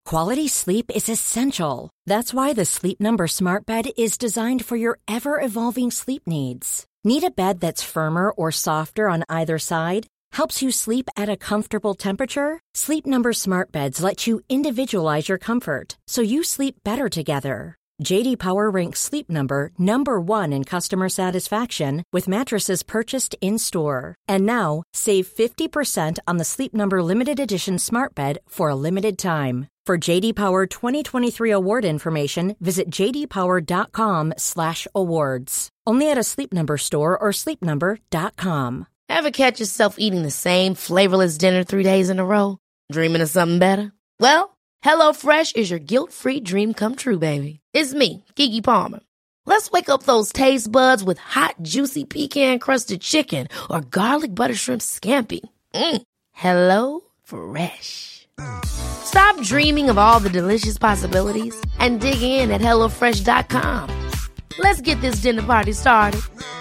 Quality sleep is essential. That's why the Sleep Number Smart Bed is designed for your ever-evolving sleep needs. Need a bed that's firmer or softer on either side? Helps you sleep at a comfortable temperature? Sleep Number Smart Beds let you individualize your comfort, so you sleep better together. J.D. Power ranks Sleep Number #1 in customer satisfaction with mattresses purchased in-store. And now, save 50% on the Sleep Number Limited Edition Smart Bed for a limited time. For J.D. Power 2023 award information, visit jdpower.com/awards. Only at a Sleep Number store or sleepnumber.com. Ever catch yourself eating the same flavorless dinner 3 days in a row? Dreaming of something better? Well, HelloFresh is your guilt-free dream come true, baby. It's me, Keke Palmer. Let's wake up those taste buds with hot, juicy pecan-crusted chicken or garlic butter shrimp scampi. Hello Fresh. Stop dreaming of all the delicious possibilities and dig in at HelloFresh.com. Let's get this dinner party started.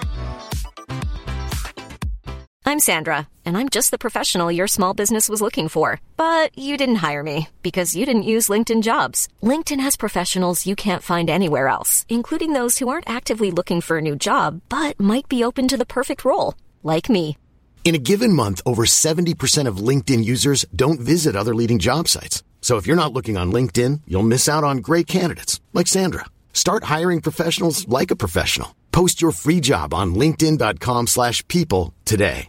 I'm Sandra, and I'm just the professional your small business was looking for. But you didn't hire me because you didn't use LinkedIn Jobs. LinkedIn has professionals you can't find anywhere else, including those who aren't actively looking for a new job, but might be open to the perfect role, like me. In a given month, over 70% of LinkedIn users don't visit other leading job sites. So if you're not looking on LinkedIn, you'll miss out on great candidates like Sandra. Start hiring professionals like a professional. Post your free job on linkedin.com/people today.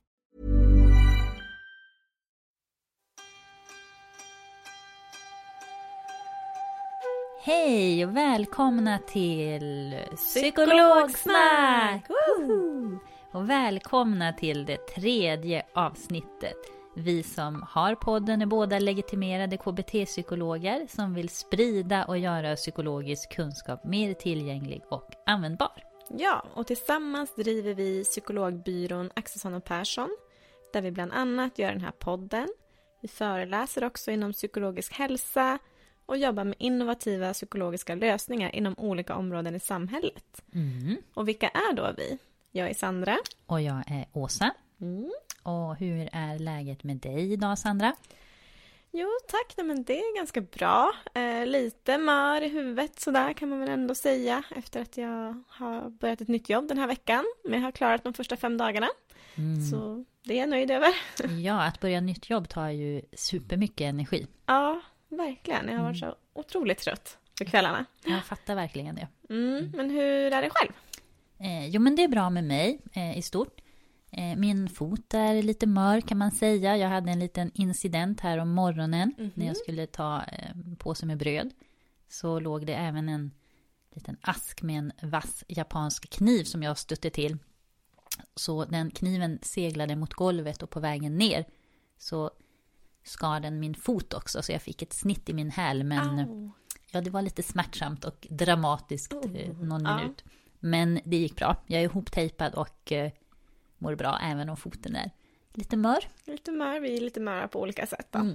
Hej och välkomna till Psykologsnack! Woho! Och välkomna till det 3:e avsnittet. Vi som har podden är båda legitimerade KBT-psykologer som vill sprida och göra psykologisk kunskap mer tillgänglig och användbar. Ja, och tillsammans driver vi psykologbyrån Axelsson och Persson, där vi bland annat gör den här podden. Vi föreläser också inom psykologisk hälsa och jobbar med innovativa psykologiska lösningar inom olika områden i samhället. Och vilka är då vi? Jag är Sandra. Och jag är Åsa. Och hur är läget med dig idag, Sandra? Jo, tack. Nej, men det är ganska bra. Lite mör i huvudet sådär kan man väl ändå säga. Efter att jag har börjat ett nytt jobb den här veckan. Men jag har klarat de första 5 dagarna. Så det är jag nöjd över. Ja, att börja nytt jobb tar ju supermycket energi. Ja, verkligen. Jag har varit så otroligt trött på kvällarna. Jag fattar verkligen det. Men hur är det själv? Jo, men det är bra med mig i stort. Min fot är lite mör kan man säga. Jag hade en liten incident här om morgonen när jag skulle ta på sig med bröd. Så låg det även en liten ask med en vass japansk kniv som jag stötte till. Så den kniven seglade mot golvet och på vägen ner så skar den min fot också. Så jag fick ett snitt i min häl. Men ja, det var lite smärtsamt och dramatiskt någon minut. Men det gick bra. Jag är ihoptejpad och mår bra även om foten är lite mör. Lite mör, vi är lite möra på olika sätt då.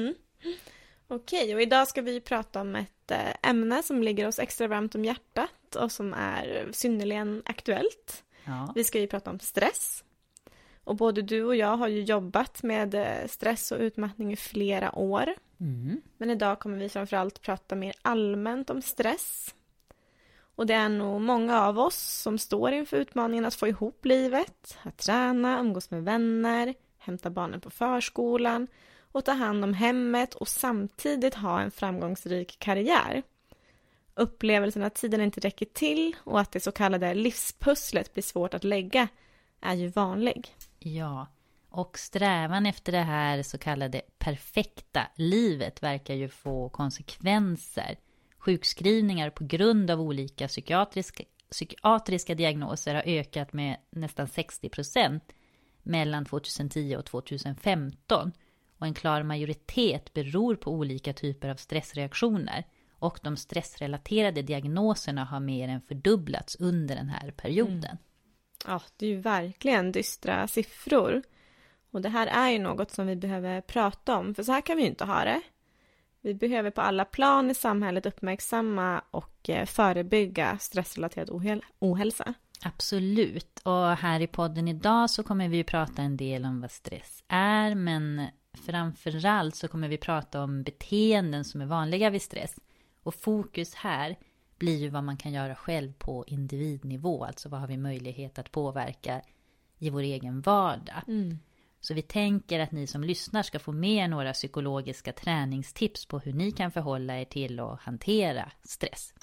Okej, och idag ska vi prata om ett ämne som ligger oss extra varmt om hjärtat och som är synnerligen aktuellt. Ja. Vi ska ju prata om stress. Och både du och jag har ju jobbat med stress och utmattning i flera år. Men idag kommer vi framförallt prata mer allmänt om stress. Och det är nog många av oss som står inför utmaningen att få ihop livet, att träna, umgås med vänner, hämta barnen på förskolan och ta hand om hemmet och samtidigt ha en framgångsrik karriär. Upplevelsen att tiden inte räcker till och att det så kallade livspusslet blir svårt att lägga är ju vanlig. Ja, och strävan efter det här så kallade perfekta livet verkar ju få konsekvenser. Sjukskrivningar på grund av olika psykiatriska diagnoser har ökat med nästan 60% mellan 2010 och 2015. Och en klar majoritet beror på olika typer av stressreaktioner. Och de stressrelaterade diagnoserna har mer än fördubblats under den här perioden. Ja, det är ju verkligen dystra siffror. Och det här är ju något som vi behöver prata om. För så här kan vi ju inte ha det. Vi behöver på alla plan i samhället uppmärksamma och förebygga stressrelaterad ohälsa. Absolut. Och här i podden idag så kommer vi ju prata en del om vad stress är. Men framförallt så kommer vi prata om beteenden som är vanliga vid stress. Och fokus här blir ju vad man kan göra själv på individnivå. Alltså vad har vi möjlighet att påverka i vår egen vardag. Så vi tänker att ni som lyssnar ska få med några psykologiska träningstips på hur ni kan förhålla er till och hantera stress.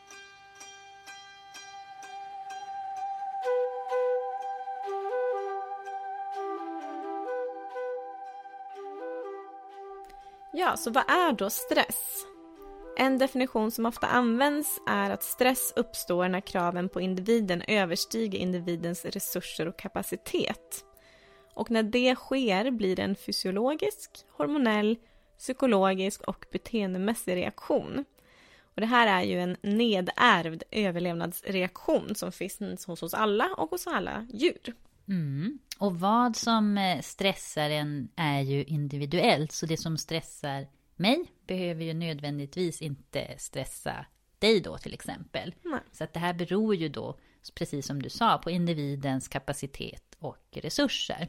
Ja, så vad är då stress? En definition som ofta används är att stress uppstår när kraven på individen överstiger individens resurser och kapacitet. Och när det sker blir det en fysiologisk, hormonell, psykologisk och beteendemässig reaktion. Och det här är ju en nedärvd överlevnadsreaktion som finns hos oss alla och hos alla djur. Och vad som stressar en är ju individuellt. Så det som stressar mig behöver ju nödvändigtvis inte stressa dig då till exempel. Nej. Så att det här beror ju då, precis som du sa, på individens kapacitet och resurser.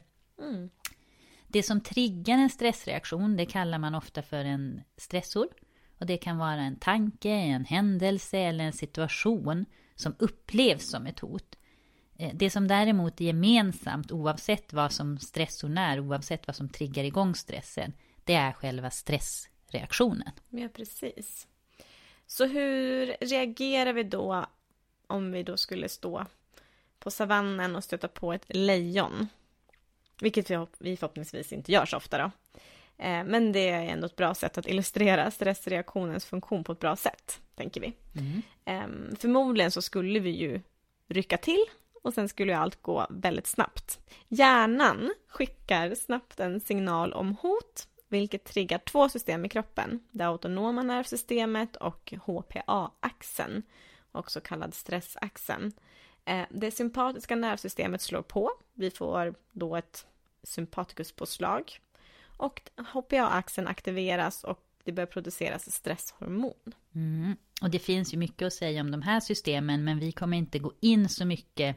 Det som triggar en stressreaktion, det kallar man ofta för en stressor. Och det kan vara en tanke, en händelse eller en situation som upplevs som ett hot. Det som däremot är gemensamt oavsett vad som stressorn är, oavsett vad som triggar igång stressen, det är själva stressreaktionen. Ja, precis. Så hur reagerar vi då om vi då skulle stå på savannen och stöta på ett lejon? Vilket vi förhoppningsvis inte gör så ofta då. Men det är ändå ett bra sätt att illustrera stressreaktionens funktion på ett bra sätt, tänker vi. Förmodligen så skulle vi ju rycka till och sen skulle allt gå väldigt snabbt. Hjärnan skickar snabbt en signal om hot, vilket triggar 2 system i kroppen. Det autonoma nervsystemet och HPA-axeln, också kallad stressaxeln. Det sympatiska nervsystemet slår på. Vi får då ett sympatikuspåslag. Och HPA-axeln aktiveras och det börjar produceras stresshormon. Och det finns ju mycket att säga om de här systemen, men vi kommer inte gå in så mycket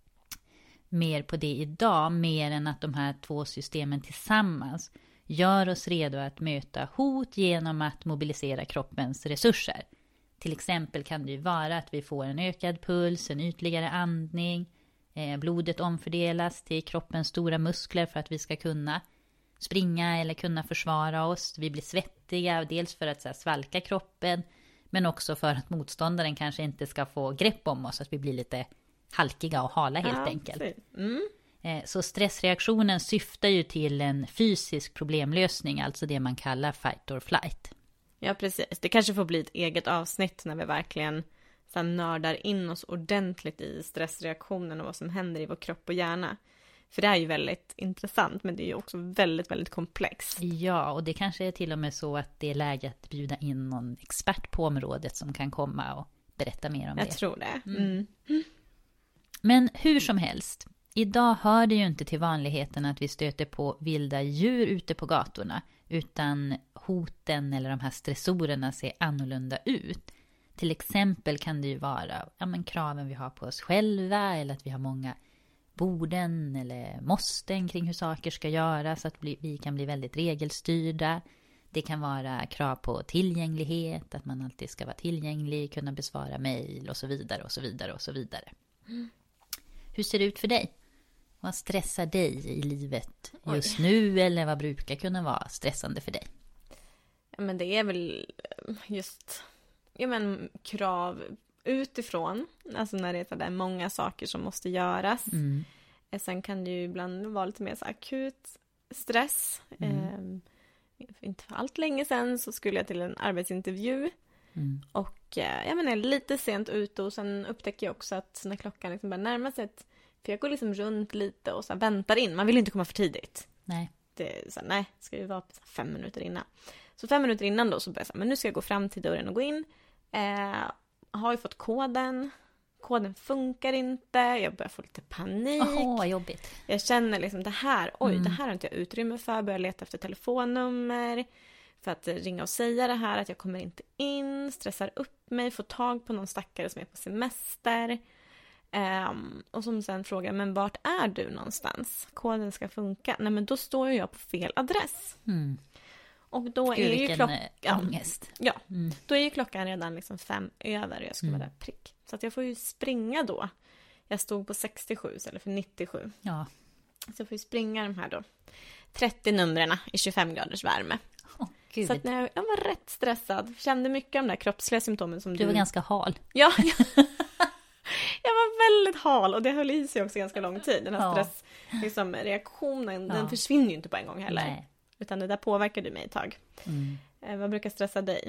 mer på det idag, mer än att de här 2 systemen tillsammans gör oss redo att möta hot genom att mobilisera kroppens resurser. Till exempel kan det ju vara att vi får en ökad puls, en ytligare andning, blodet omfördelas till kroppens stora muskler för att vi ska kunna springa eller kunna försvara oss. Vi blir svettiga, dels för att svalka kroppen, men också för att motståndaren kanske inte ska få grepp om oss, att vi blir lite halkiga och hala helt enkelt. Så stressreaktionen syftar ju till en fysisk problemlösning, alltså det man kallar fight or flight. Ja, precis. Det kanske får bli ett eget avsnitt när vi verkligen nördar in oss ordentligt i stressreaktionen och vad som händer i vår kropp och hjärna. För det är ju väldigt intressant, men det är ju också väldigt, väldigt komplext. Ja, och det kanske är till och med så att det är läge att bjuda in någon expert på området som kan komma och berätta mer om det. Jag tror det. Men hur som helst, idag hör det ju inte till vanligheten att vi stöter på vilda djur ute på gatorna, utan hoten eller de här stressorerna ser annorlunda ut. Till exempel kan det ju vara kraven vi har på oss själva, eller att vi har många borden eller måsten kring hur saker ska göras, så att vi kan bli väldigt regelstyrda. Det kan vara krav på tillgänglighet, att man alltid ska vara tillgänglig, kunna besvara mejl och så vidare och så vidare och så vidare. Hur ser det ut för dig? Vad stressar dig i livet just nu, eller vad brukar kunna vara stressande för dig? Ja, men det är väl just krav utifrån, alltså när det är där många saker som måste göras. Sen kan det ju ibland vara lite mer så akut stress. Inte för allt länge sedan så skulle jag till en arbetsintervju och jag är lite sent ute, och sen upptäcker jag också att när klockan börjar närma sig, för jag går runt lite och väntar in. Man vill inte komma för tidigt. Nej. Det är nej, ska ju vara 5 minuter innan. Så 5 minuter innan då så börjar jag men nu ska jag gå fram till dörren och gå in. Har ju fått koden. Koden funkar inte. Jag börjar få lite panik. Vad jobbigt. Jag känner det här har inte jag utrymme för. Börjar leta efter telefonnummer för att ringa och säga det här, att jag kommer inte in. Stressar upp mig. Får tag på någon stackare som är på semester. Och som sen frågar, men vart är du någonstans? Koden ska funka. Nej, men då står jag på fel adress. Och då är ju klockan... ångest. Ja, då är ju klockan redan liksom 5 över och jag ska vara där prick. Så att jag får ju springa då. Jag stod på 67 istället för 97. Ja. Så jag får ju springa de här då 30 numren i 25 graders värme. Gud. Så att när jag var rätt stressad, kände mycket av de där kroppsliga symptomen som Du var ganska hal. Ja, jag var väldigt hal och det höll i sig också ganska lång tid. Den här stressreaktionen, den försvinner ju inte på en gång heller. Nej. Utan det där påverkade mig ett tag. Vad brukar stressa dig?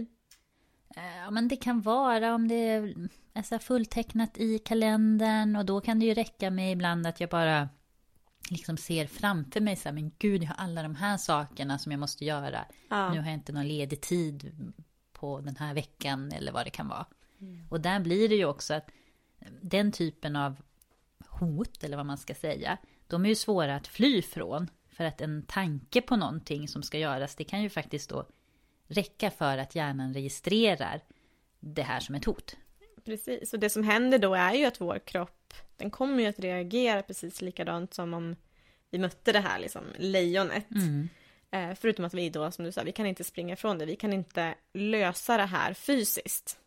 Ja, men det kan vara om det är så fulltecknat i kalendern. Och då kan det ju räcka med ibland att jag bara liksom ser framför mig så här, men gud, jag har alla de här sakerna som jag måste göra. Ja. Nu har jag inte någon ledig tid på den här veckan eller vad det kan vara. Och där blir det ju också att den typen av hot, eller vad man ska säga, de är ju svåra att fly från. För att en tanke på någonting som ska göras, det kan ju faktiskt då räcka för att hjärnan registrerar det här som ett hot. Precis, och det som händer då är ju att vår kropp, den kommer ju att reagera precis likadant som om vi mötte det här liksom lejonet. Förutom att vi då, som du sa, vi kan inte springa ifrån det, vi kan inte lösa det här fysiskt.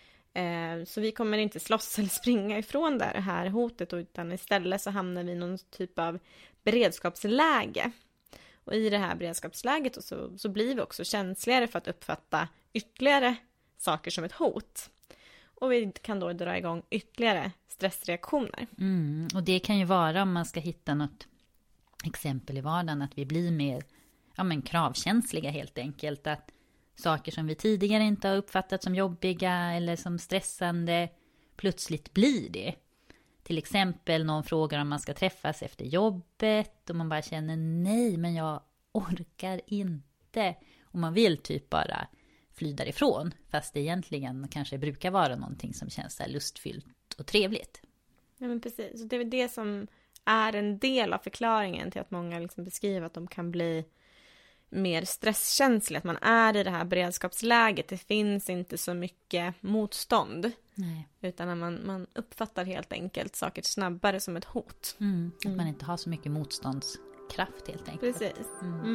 Så vi kommer inte slåss eller springa ifrån det här hotet, utan istället så hamnar vi i någon typ av beredskapsläge. Och i det här beredskapsläget så blir vi också känsligare för att uppfatta ytterligare saker som ett hot. Och vi kan då dra igång ytterligare stressreaktioner. Och det kan ju vara, om man ska hitta något exempel i vardagen, att vi blir mer kravkänsliga helt enkelt. Att saker som vi tidigare inte har uppfattat som jobbiga eller som stressande plötsligt blir det. Till exempel någon frågar om man ska träffas efter jobbet och man bara känner nej, men jag orkar inte. Och man vill typ bara fly därifrån, fast det egentligen kanske brukar vara någonting som känns så här lustfyllt och trevligt. Ja, men precis. Så det är väl det som är en del av förklaringen till att många liksom beskriver att de kan bli mer stresskänsliga. Att man är i det här beredskapsläget. Det finns inte så mycket motstånd. Nej. Utan att man uppfattar helt enkelt saker snabbare som ett hot. Att man inte har så mycket motståndskraft helt enkelt. Precis.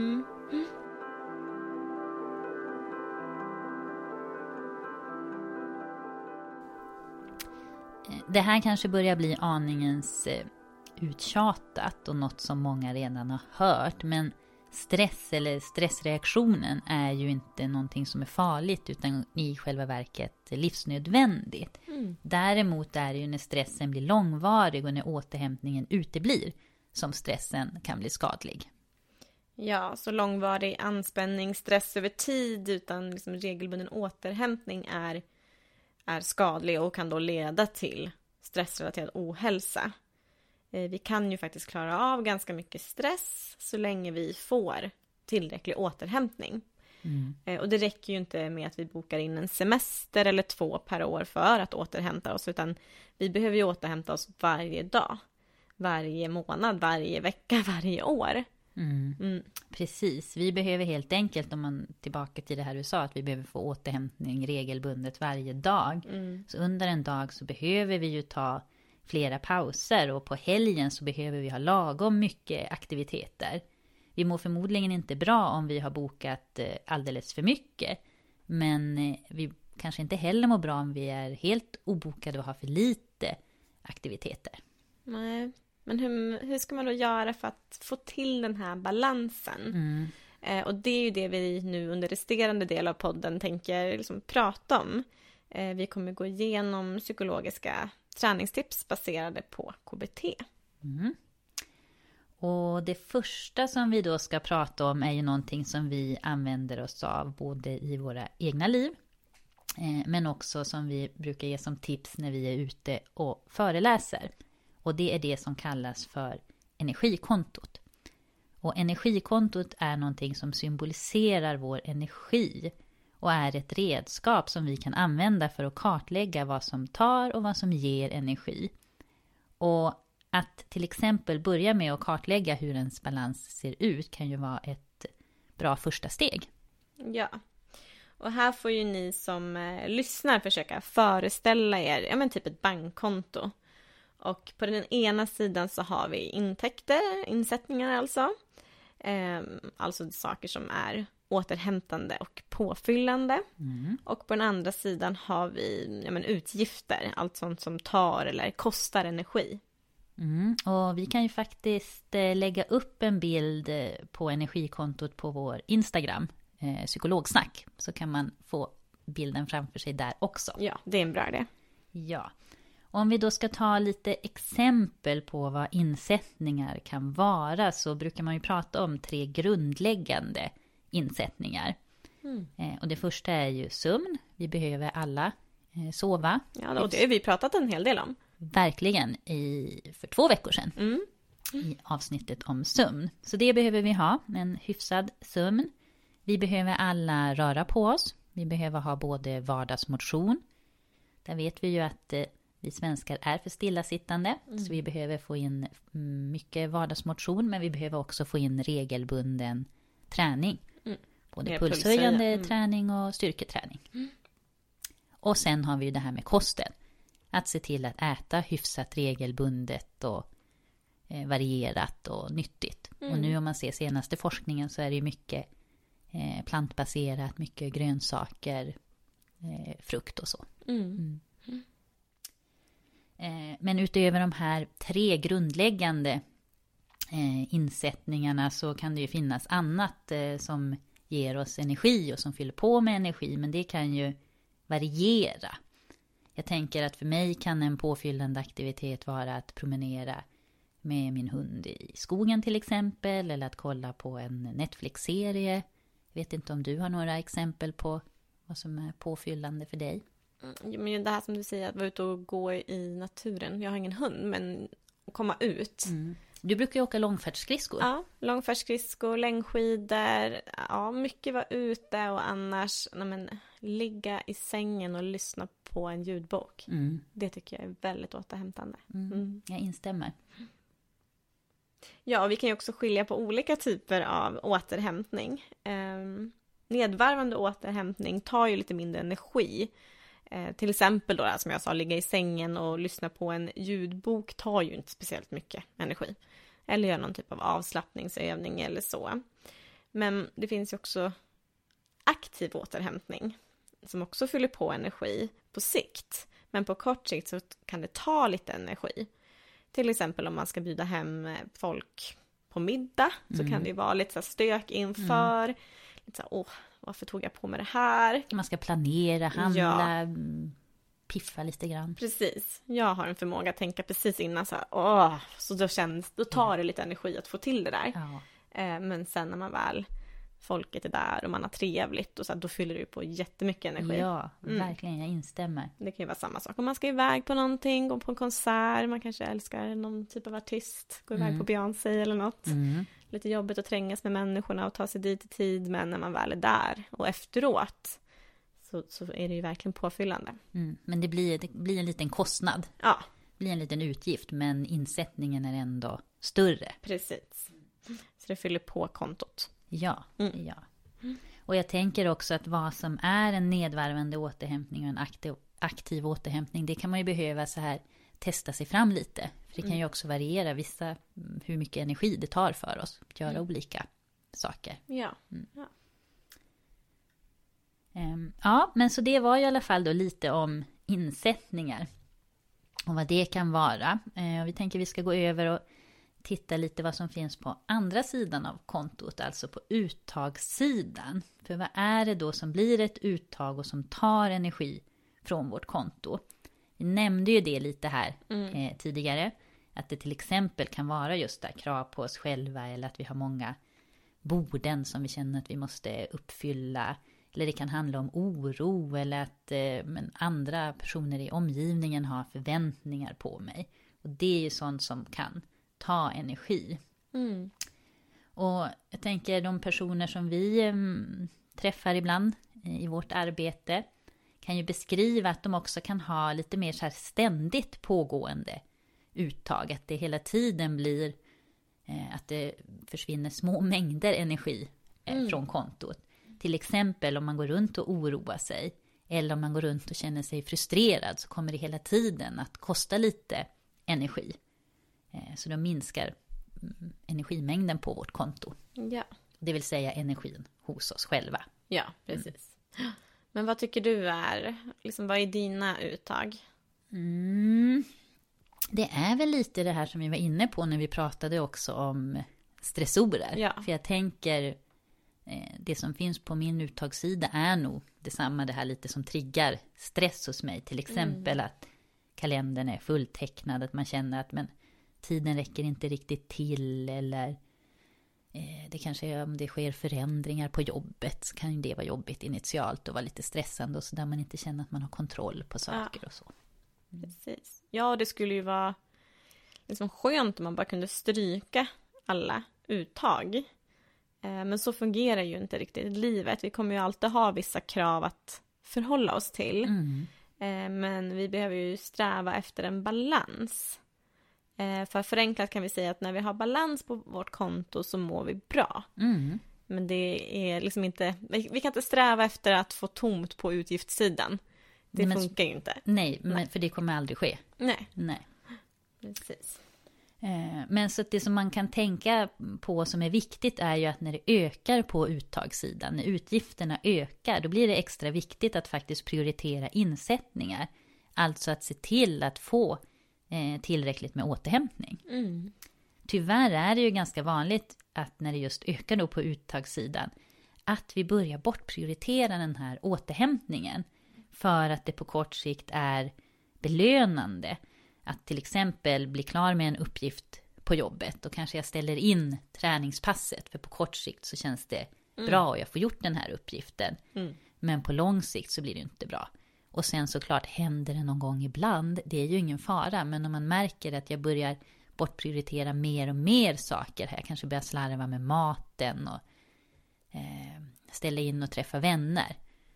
Det här kanske börjar bli aningens uttjatat och något som många redan har hört. Men stress eller stressreaktionen är ju inte någonting som är farligt, utan i själva verket livsnödvändigt. Däremot är det ju när stressen blir långvarig och när återhämtningen uteblir som stressen kan bli skadlig. Ja, så långvarig anspänning, stress över tid utan liksom regelbunden återhämtning är skadlig och kan då leda till stressrelaterad ohälsa. Vi kan ju faktiskt klara av ganska mycket stress så länge vi får tillräcklig återhämtning. Och det räcker ju inte med att vi bokar in en semester eller 2 per år för att återhämta oss, utan vi behöver ju återhämta oss varje dag, varje månad, varje vecka, varje år. Precis, vi behöver helt enkelt, om man tillbaka till det här du sa, att vi behöver få återhämtning regelbundet varje dag. Så under en dag så behöver vi ju ta flera pauser, och på helgen så behöver vi ha lagom mycket aktiviteter. Vi mår förmodligen inte bra om vi har bokat alldeles för mycket, men vi kanske inte heller mår bra om vi är helt obokade och har för lite aktiviteter. Nej, men hur ska man då göra för att få till den här balansen? Och det är ju det vi nu under resterande del av podden tänker liksom prata om. Vi kommer gå igenom psykologiska träningstips baserade på KBT. Och det första som vi då ska prata om är ju någonting som vi använder oss av både i våra egna liv, men också som vi brukar ge som tips när vi är ute och föreläser. Och det är det som kallas för energikontot. Och energikontot är någonting som symboliserar vår energi och är ett redskap som vi kan använda för att kartlägga vad som tar och vad som ger energi. Och att till exempel börja med att kartlägga hur ens balans ser ut kan ju vara ett bra första steg. Ja, och här får ju ni som lyssnar försöka föreställa er typ ett bankkonto. Och på den ena sidan så har vi insättningar alltså. Alltså saker som är återhämtande och påfyllande. Och på den andra sidan har vi utgifter, allt sånt som tar eller kostar energi. Och vi kan ju faktiskt lägga upp en bild på energikontot på vår Instagram, psykologsnack, så kan man få bilden framför sig där också. Ja, det är en bra idé. Ja, om vi då ska ta lite exempel på vad insättningar kan vara, så brukar man ju prata om 3 grundläggande insättningar. Och det första är ju sömn. Vi behöver alla sova. Ja, och det har vi pratat en hel del om. Verkligen, för 2 veckor sedan. I avsnittet om sömn. Så det behöver vi ha, en hyfsad sömn. Vi behöver alla röra på oss. Vi behöver ha både vardagsmotion. Där vet vi ju att vi svenskar är för stillasittande. Så vi behöver få in mycket vardagsmotion. Men vi behöver också få in regelbunden träning. Både pulshöjande träning och styrketräning. Och sen har vi ju det här med kosten. Att se till att äta hyfsat regelbundet och varierat och nyttigt. Och nu om man ser senaste forskningen så är det ju mycket plantbaserat, mycket grönsaker, frukt och så. Men utöver de här 3 grundläggande insättningarna så kan det ju finnas annat som ger oss energi och som fyller på med energi. Men det kan ju variera. Jag tänker att för mig kan en påfyllande aktivitet vara att promenera med min hund i skogen till exempel. Eller att kolla på en Netflix-serie. Jag vet inte om du har några exempel på vad som är påfyllande för dig. Men det här som du säger, att vara ute och gå i naturen. Jag har ingen hund, men komma ut. Du brukar ju åka långfärdsskridskor. Ja, långfärdsskridskor, längdskidor. Ja, mycket vara ute och annars ligga i sängen och lyssna på en ljudbok. Det tycker jag är väldigt återhämtande. Jag instämmer. Ja, och vi kan ju också skilja på olika typer av återhämtning. Nedvarvande återhämtning tar ju lite mindre energi. Till exempel då, som jag sa, ligga i sängen och lyssna på en ljudbok tar ju inte speciellt mycket energi. Eller göra någon typ av avslappningsövning eller så. Men det finns ju också aktiv återhämtning som också fyller på energi på sikt. Men på kort sikt så kan det ta lite energi. Till exempel om man ska bjuda hem folk på middag så kan det ju vara lite så stök inför. Lite så varför tog jag på mig det här? Man ska planera, handla, piffa lite grann. Precis. Jag har en förmåga att tänka precis innan så då tar det lite energi att få till det där. Ja. Men sen när man väl folket är där och man har trevligt och så då fyller det på jättemycket energi. Ja, verkligen, jag instämmer. Det kan ju vara samma sak. Om man ska iväg på någonting, gå på en konsert, man kanske älskar någon typ av artist, gå iväg på Beyoncé eller något. Lite jobbigt att trängas med människorna och ta sig dit i tid, men när man väl är där och efteråt så är det ju verkligen påfyllande. Men det blir en liten kostnad. Ja. Det blir en liten utgift, men insättningen är ändå större. Precis. Så det fyller på kontot. Ja. Och jag tänker också att vad som är en nedvarvande återhämtning och en aktiv återhämtning, det kan man ju behöva så här testa sig fram lite. För det kan ju också variera hur mycket energi det tar för oss att göra olika saker. Ja. Ja, men så det var i alla fall då lite om insättningar och vad det kan vara. Och vi tänker vi ska gå över och titta lite vad som finns på andra sidan av kontot, alltså på uttagssidan. För vad är det då som blir ett uttag och som tar energi från vårt konto? Vi nämnde ju det lite här tidigare, att det till exempel kan vara just där krav på oss själva eller att vi har många borden som vi känner att vi måste uppfylla. Eller det kan handla om oro eller att andra personer i omgivningen har förväntningar på mig. Och det är ju sånt som kan ta energi. Och jag tänker de personer som vi träffar ibland i vårt arbete kan ju beskriva att de också kan ha lite mer så här ständigt pågående uttag. Att det hela tiden blir att det försvinner små mängder energi från kontot. Till exempel om man går runt och oroar sig eller om man går runt och känner sig frustrerad så kommer det hela tiden att kosta lite energi. Så de minskar energimängden på vårt konto. Ja. Det vill säga energin hos oss själva. Ja, precis. Men vad tycker du är, liksom, vad är dina uttag? Det är väl lite det här som vi var inne på när vi pratade också om stressorer. Ja. För jag tänker, det som finns på min uttagssida är nog detsamma, det här lite som triggar stress hos mig. Till exempel att kalendern är fulltecknad, att man känner att men, tiden räcker inte riktigt till, eller det kanske är om det sker förändringar på jobbet, så kan ju det vara jobbigt initialt och vara lite stressande och så där man inte känner att man har kontroll på saker och så. Precis. Ja, det skulle ju vara liksom skönt om man bara kunde stryka alla uttag. Men så fungerar ju inte riktigt livet. Vi kommer ju alltid ha vissa krav att förhålla oss till. Men vi behöver ju sträva efter en balans. För förenklat kan vi säga att när vi har balans på vårt konto så mår vi bra. Men det är liksom inte, vi kan inte sträva efter att få tomt på utgiftssidan. Det funkar ju inte. Nej, men för det kommer aldrig ske. Nej. Precis. Men så att det som man kan tänka på som är viktigt är ju att när det ökar på uttagssidan, när utgifterna ökar, då blir det extra viktigt att faktiskt prioritera insättningar. Alltså att se till att få tillräckligt med återhämtning. Tyvärr är det ju ganska vanligt att när det just ökar då på uttagssidan, att vi börjar bortprioritera den här återhämtningen. För att det på kort sikt är belönande att till exempel bli klar med en uppgift på jobbet. Och kanske jag ställer in träningspasset, för på kort sikt så känns det bra och jag får gjort den här uppgiften. Men på lång sikt så blir det inte bra. Och sen såklart händer det någon gång ibland, det är ju ingen fara. Men om man märker att jag börjar bortprioritera mer och mer saker här, kanske börjar slarva med maten och ställa in och träffa vänner.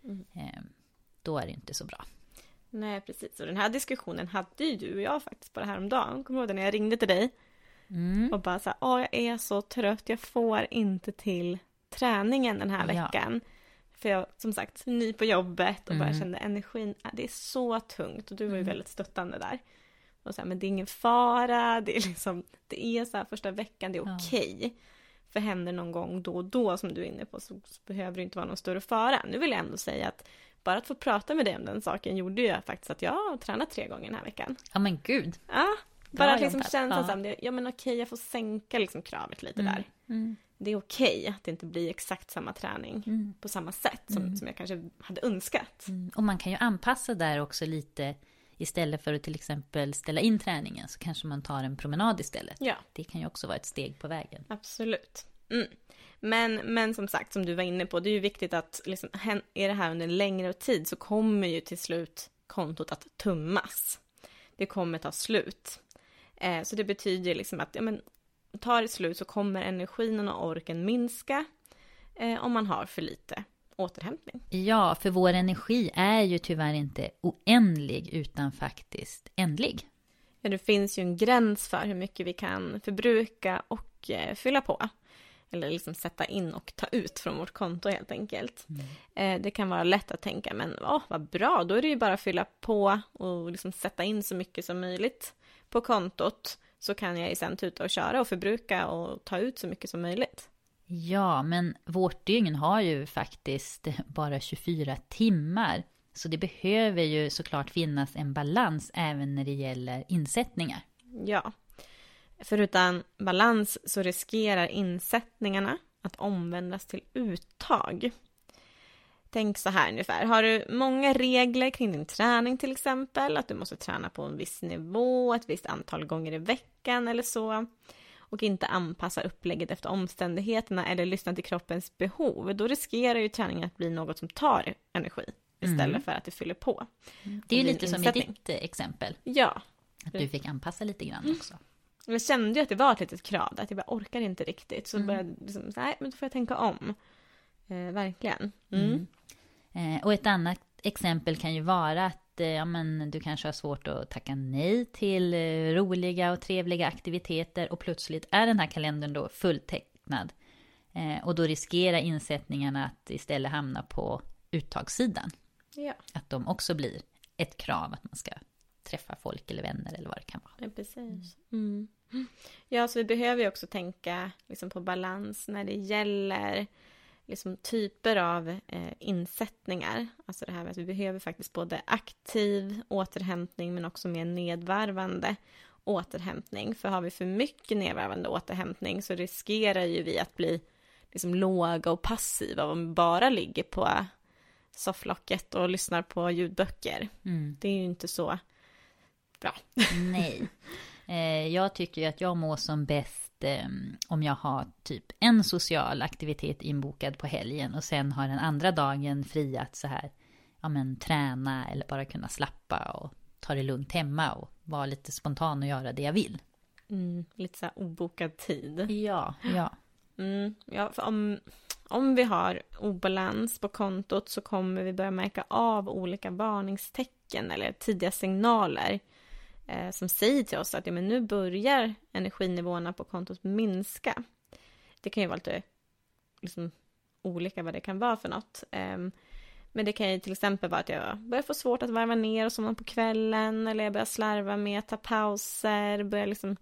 Då är det inte så bra. Nej, precis. Och den här diskussionen hade ju du och jag faktiskt på det här om dagen. Kommer du ihåg när jag ringde till dig? Och bara så här, jag är så trött. Jag får inte till träningen den här veckan. För jag, som sagt, ny på jobbet och bara kände energin, det är så tungt. Och du var ju väldigt stöttande där. Och så här, men det är ingen fara. Det är liksom, det är så här första veckan, det är okej. För händer någon gång då och då som du är inne på så behöver det inte vara någon större fara. Nu vill jag ändå säga att bara att få prata med dig om den saken gjorde ju faktiskt att jag har tränat 3 gånger den här veckan. Ja men gud. Ja, bara att liksom känna som ja men okej, jag får sänka liksom kravet lite där. Det är okej att det inte blir exakt samma träning på samma sätt som jag kanske hade önskat. Och man kan ju anpassa där också lite. Istället för att till exempel ställa in träningen så kanske man tar en promenad istället. Ja. Det kan ju också vara ett steg på vägen. Absolut. Men som sagt, som du var inne på, det är ju viktigt att liksom, är det här under en längre tid så kommer ju till slut kontot att tummas. Det kommer ta slut. Så det betyder liksom att tar det slut så kommer energin och orken minska om man har för lite återhämtning. Ja, för vår energi är ju tyvärr inte oändlig utan faktiskt ändlig. Ja, det finns ju en gräns för hur mycket vi kan förbruka och fylla på. Eller liksom sätta in och ta ut från vårt konto helt enkelt. Det kan vara lätt att tänka, men vad bra, då är det ju bara att fylla på och liksom sätta in så mycket som möjligt på kontot. Så kan jag sen ta ut och köra och förbruka och ta ut så mycket som möjligt. Ja, men vårt dygn har ju faktiskt bara 24 timmar. Så det behöver ju såklart finnas en balans även när det gäller insättningar. Ja, för utan balans så riskerar insättningarna att omvändas till uttag. Tänk så här ungefär. Har du många regler kring din träning till exempel, att du måste träna på en viss nivå, ett visst antal gånger i veckan eller så, och inte anpassa upplägget efter omständigheterna eller lyssna till kroppens behov, då riskerar ju träningen att bli något som tar energi istället för att det fyller på. Det är ju lite som i ditt exempel. Ja. Att du fick anpassa lite grann också. Jag kände ju att det var ett litet krav, att jag bara orkar inte riktigt. Så började jag liksom, nej men då får jag tänka om. Verkligen. Och ett annat exempel kan ju vara att du kanske har svårt att tacka nej till roliga och trevliga aktiviteter och plötsligt är den här kalendern då fulltecknad. Och då riskerar insättningarna att istället hamna på uttagssidan. Ja. Att de också blir ett krav att man ska träffa folk eller vänner eller vad det kan vara. Ja, precis. Mm. Ja, så vi behöver ju också tänka liksom på balans när det gäller liksom typer av insättningar. Alltså det här med att vi behöver faktiskt både aktiv återhämtning men också mer nedvarvande återhämtning. För har vi för mycket nedvarvande återhämtning så riskerar ju vi att bli liksom låga och passiva om vi bara ligger på sofflocket och lyssnar på ljudböcker. Det är ju inte så bra. Nej. Jag tycker ju att jag mår som bäst om jag har typ en social aktivitet inbokad på helgen och sen har den andra dagen fri att så här, ja men träna eller bara kunna slappa och ta det lugnt hemma och vara lite spontan och göra det jag vill. Lite så här obokad tid. Ja. Ja, för om vi har obalans på kontot så kommer vi börja märka av olika varningstecken eller tidiga signaler som säger till oss att ja, men nu börjar energinivåerna på kontot minska. Det kan ju vara lite liksom, olika vad det kan vara för något. Men det kan ju till exempel vara att jag börjar få svårt att varva ner och somna på kvällen, eller jag börjar slarva med att ta pauser, börjar liksom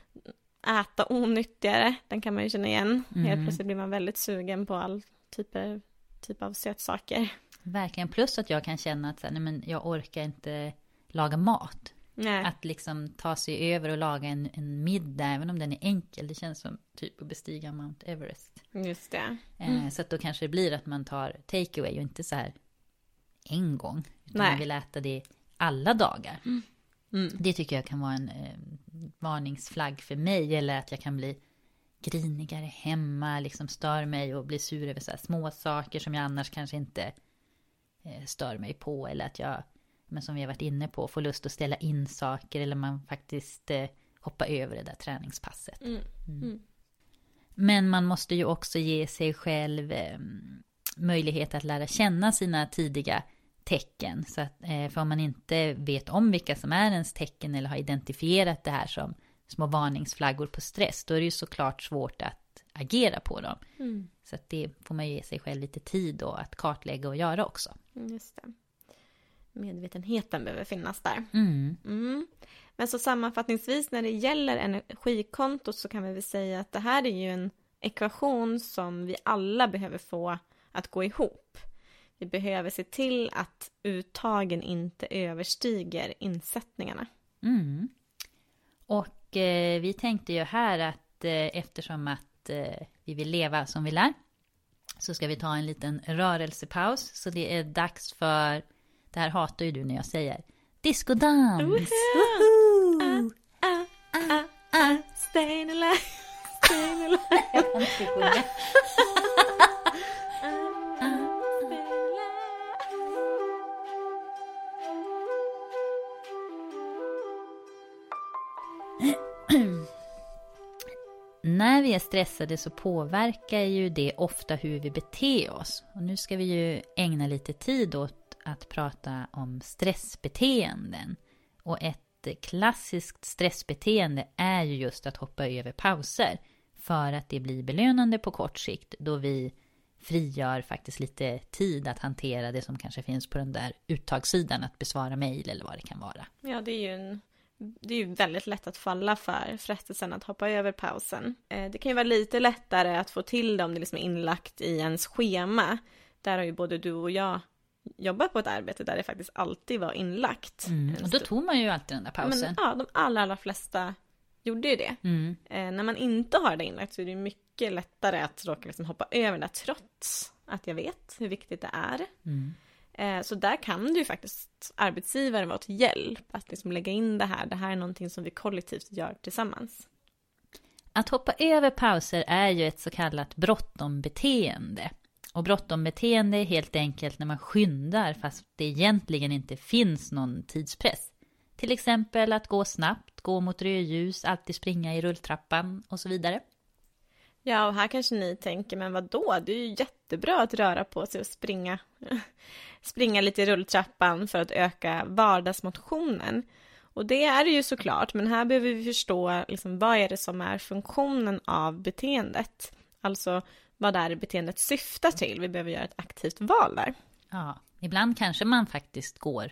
äta onyttigare. Den kan man ju känna igen. Helt plötsligt blir man väldigt sugen på all typ av sötsaker. Verkligen, plus att jag kan känna att nej, men jag orkar inte laga mat. Nej. Att liksom ta sig över och laga en middag, även om den är enkel. Det känns som typ att bestiga Mount Everest. Just det. Så att då kanske det blir att man tar takeaway och inte så här en gång. Utan man vill äta det alla dagar. Det tycker jag kan vara en varningsflagg för mig. Eller att jag kan bli grinigare hemma, liksom stör mig och bli sur över så här små saker som jag annars kanske inte stör mig på. Eller att jag, men som vi har varit inne på, får lust att ställa in saker eller man faktiskt hoppar över det där träningspasset. Men man måste ju också ge sig själv möjlighet att lära känna sina tidiga tecken. Så att, för om man inte vet om vilka som är ens tecken eller har identifierat det här som små varningsflaggor på stress, då är det ju såklart svårt att agera på dem. Så att det får man ge sig själv lite tid då att kartlägga och göra också. Just det. Medvetenheten behöver finnas där. Men så sammanfattningsvis när det gäller energikontot så kan vi väl säga att det här är ju en ekvation som vi alla behöver få att gå ihop. Vi behöver se till att uttagen inte överstiger insättningarna. Och vi tänkte ju här att eftersom att vi vill leva som vi lär, så ska vi ta en liten rörelsepaus. Så det är dags för, det här hatar ju du när jag säger, diskodans! Stay alive, stay alive. Jag kan inte sjunga. När vi är stressade så påverkar ju det ofta hur vi beter oss. Och nu ska vi ju ägna lite tid åt att prata om stressbeteenden. Och ett klassiskt stressbeteende är ju just att hoppa över pauser. För att det blir belönande på kort sikt, då vi frigör faktiskt lite tid att hantera det som kanske finns på den där uttagssidan, att besvara mejl eller vad det kan vara. Ja, det är ju väldigt lätt att falla för frestelsen att hoppa över pausen. Det kan ju vara lite lättare att få till det om det liksom är inlagt i ens schema. Där har ju både du och jag jobbat på ett arbete där det faktiskt alltid var inlagt. Och då tog man ju alltid den där pausen. Men, ja, de allra flesta gjorde ju det. När man inte har det inlagt så är det mycket lättare att råka liksom hoppa över det, trots att jag vet hur viktigt det är. Så där kan du ju faktiskt arbetsgivare vara till hjälp att liksom lägga in det här. Det här är någonting som vi kollektivt gör tillsammans. Att hoppa över pauser är ju ett så kallat bråttombeteende. Och bråttombeteende är helt enkelt när man skyndar fast det egentligen inte finns någon tidspress. Till exempel att gå snabbt, gå mot rödljus, alltid springa i rulltrappan och så vidare. Ja, och här kanske ni tänker, men vadå? Det är ju jättebra att röra på sig och springa lite i rulltrappan för att öka vardagsmotionen. Och det är det ju såklart, men här behöver vi förstå liksom, vad är det som är funktionen av beteendet. Alltså vad är det beteendet syftar till. Vi behöver göra ett aktivt val där. Ja, ibland kanske man faktiskt går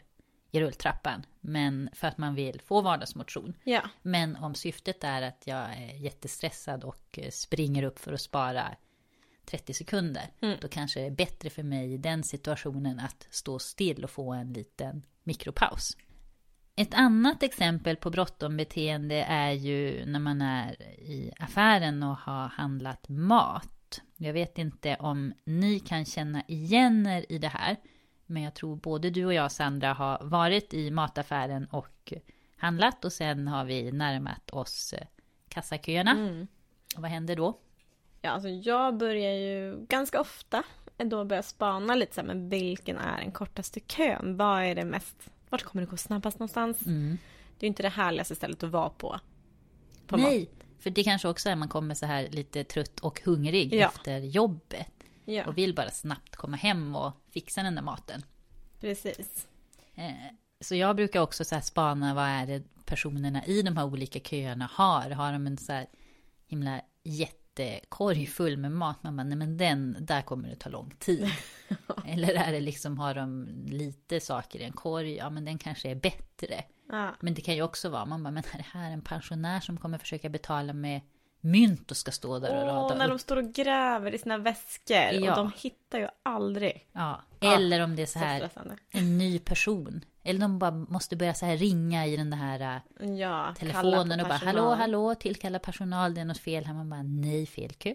i rulltrappan. Men för att man vill få vardagsmotion. Ja. Men om syftet är att jag är jättestressad och springer upp för att spara 30 sekunder. Då kanske det är bättre för mig i den situationen att stå still och få en liten mikropaus. Ett annat exempel på bråttombeteende är ju när man är i affären och har handlat mat. Jag vet inte om ni kan känna igen er i det här. Men jag tror både du och jag, Sandra, har varit i mataffären och handlat. Och sen har vi närmat oss kassaköerna. Och vad händer då? Ja, alltså jag börjar ju ganska ofta då börja spana lite så här, men vilken är den kortaste kön? Vad är det mest... Vart kommer det gå snabbast någonstans? Det är ju inte det härligaste stället att vara på Nej, mat. för det kanske också är man kommer så här lite trött och hungrig efter jobbet. Ja. Och vill bara snabbt komma hem och fixa den där maten. Precis. Så jag brukar också så här spana vad är det personerna i de här olika köerna har. Har de en så här himla jättekorg full med mat? Man bara, nej men där kommer det ta lång tid. Eller är det liksom, har de lite saker i en korg? Ja, men den kanske är bättre. Ja. Men det kan ju också vara, man bara, men är det här en pensionär som kommer försöka betala med mynt och ska stå där och rada när upp? de står och gräver i sina väskor och de hittar ju aldrig. Ja. Eller om det är så här stressande. en ny person. Eller de bara måste börja så här ringa i den här telefonen och bara hallå, tillkalla personal, det är något fel här. Man bara, nej, fel kö.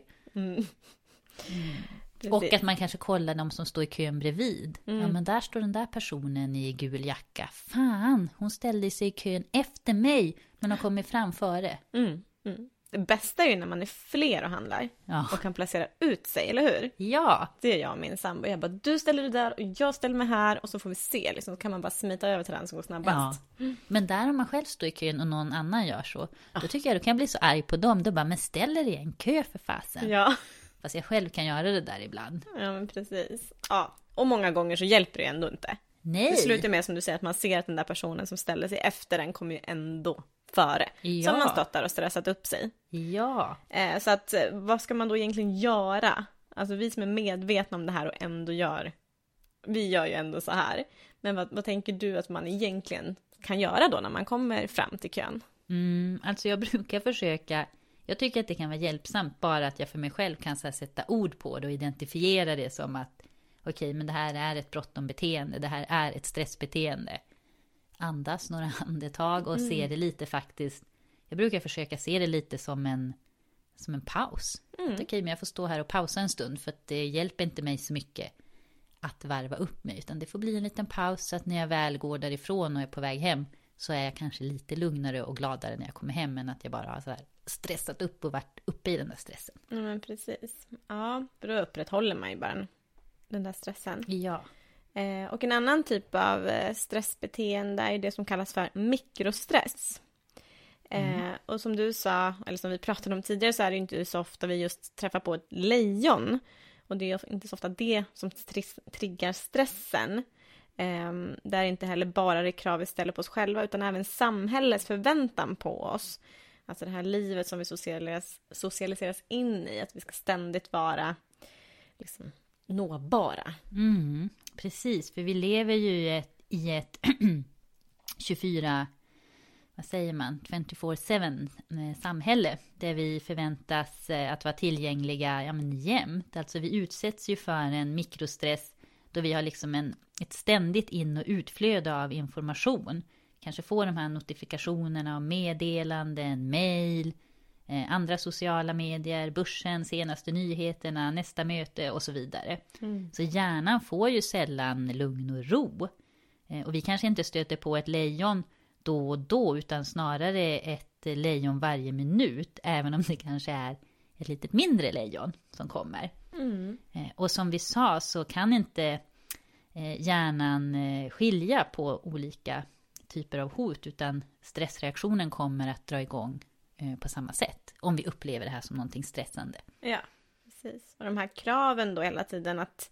Och att man kanske kollar de som står i kön bredvid. Ja, men där står den där personen i gul jacka. Fan, hon ställde sig i kön efter mig, men har kommit fram före. Det bästa är ju när man är fler och handlar och kan placera ut sig, eller hur? Ja. Det är jag och min sambo. Jag bara, du ställer dig där och jag ställer mig här och så får vi se. Liksom, så kan man bara smita över till den som går snabbast. Ja. Men där om man själv står i kön och någon annan gör så, då tycker jag då kan jag bli så arg på dem. Då bara, men ställer dig i en kö för fasen. Ja. Fast jag själv kan göra det där ibland. Ja, men precis. Ja. Och många gånger så hjälper det ändå inte. Nej. Det slutar med, som du säger, att man ser att den där personen som ställer sig efter den kommer ju ändå före. Ja. Som man stått där och stressat upp sig. Ja. Så att, vad ska man då egentligen göra? Alltså vi som är medvetna om det här och ändå vi gör ju ändå så här. Men vad tänker du att man egentligen kan göra då när man kommer fram till kön? Alltså jag brukar försöka, jag tycker att det kan vara hjälpsamt bara att jag för mig själv kan så här sätta ord på det och identifiera det som att okej, men det här är ett bråttombeteende, det här är ett stressbeteende. Andas några andetag och se det lite faktiskt. Jag brukar försöka se det lite som en paus. Okej, men jag får stå här och pausa en stund, för att det hjälper inte mig så mycket att varva upp mig, utan det får bli en liten paus så att när jag väl går därifrån och är på väg hem så är jag kanske lite lugnare och gladare när jag kommer hem än att jag bara har så här stressat upp och varit uppe i den där stressen. Ja, men precis. Ja, för då upprätthåller man ju bara den där stressen. Ja. Och en annan typ av stressbeteende är det som kallas för mikrostress. Och som du sa, eller som vi pratade om tidigare, så är det inte så ofta vi just träffar på ett lejon. Och det är inte så ofta det som triggar stressen. Det är inte heller bara det krav vi ställer på oss själva, utan även samhällets förväntan på oss. Alltså det här livet som vi socialiseras in i, att vi ska ständigt vara liksom nåbara. Precis, för vi lever ju i ett 24, vad säger man, 24/7 samhälle där vi förväntas att vara tillgängliga jämt. Alltså vi utsätts ju för en mikrostress då vi har liksom ett ständigt in- och utflöde av information. Kanske får de här notifikationerna om meddelanden, mejl, andra sociala medier, börsen, senaste nyheterna, nästa möte och så vidare. Så hjärnan får ju sällan lugn och ro. Och vi kanske inte stöter på ett lejon då och då, utan snarare ett lejon varje minut, även om det kanske är ett litet mindre lejon som kommer. Och som vi sa så kan inte hjärnan skilja på olika typer av hot, utan stressreaktionen kommer att dra igång på samma sätt om vi upplever det här som någonting stressande. Ja, precis. Och de här kraven då hela tiden att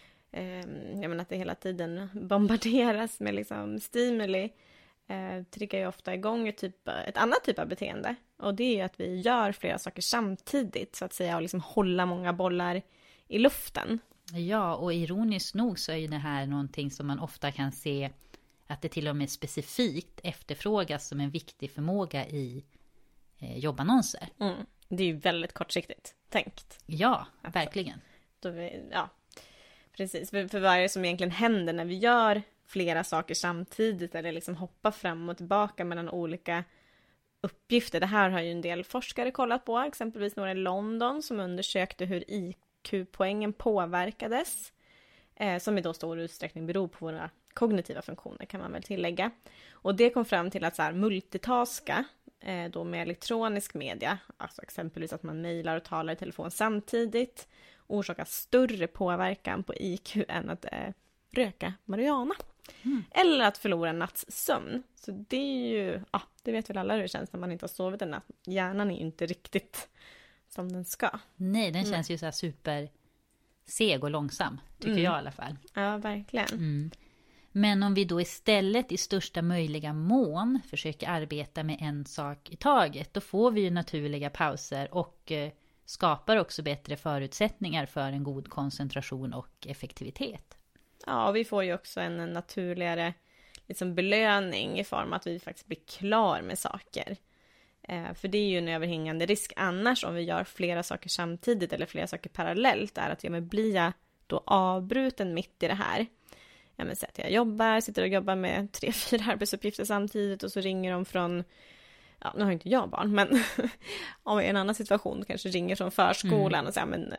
att det hela tiden bombarderas med liksom stimuli triggar ju ofta igång ett annat typ av beteende. Och det är ju att vi gör flera saker samtidigt så att säga, och liksom hålla många bollar i luften. Ja, och ironiskt nog så är ju det här någonting som man ofta kan se att det till och med specifikt efterfrågas som en viktig förmåga i jobbannonser. Det är ju väldigt kortsiktigt tänkt. Ja, verkligen. Ja, precis. För vad är det som egentligen händer när vi gör flera saker samtidigt eller liksom hoppar fram och tillbaka mellan olika uppgifter? Det här har ju en del forskare kollat på, exempelvis några i London som undersökte hur IQ-poängen påverkades, som i då stor utsträckning beror på våra kognitiva funktioner, kan man väl tillägga. Och det kom fram till att så här, multitaska då med elektronisk media, alltså exempelvis att man mejlar och talar i telefon samtidigt, orsakar större påverkan på IQ än att röka marijuana. Eller att förlora en natts sömn. Så det är ju, det vet väl alla hur det känns när man inte har sovit en natt. Hjärnan är ju inte riktigt som den ska. Nej, den känns ju så här super seg och långsam, tycker jag i alla fall. Ja, verkligen. Men om vi då istället i största möjliga mån försöker arbeta med en sak i taget, då får vi ju naturliga pauser och skapar också bättre förutsättningar för en god koncentration och effektivitet. Ja, och vi får ju också en naturligare liksom belöning i form av att vi faktiskt blir klar med saker. För det är ju en överhängande risk annars om vi gör flera saker samtidigt eller flera saker parallellt, är att blir jag då avbruten mitt i det här. Så att jag sitter och jobbar med 3-4 arbetsuppgifter samtidigt och så ringer de från, nu har inte jag barn, men om i en annan situation kanske ringer från förskolan och säger,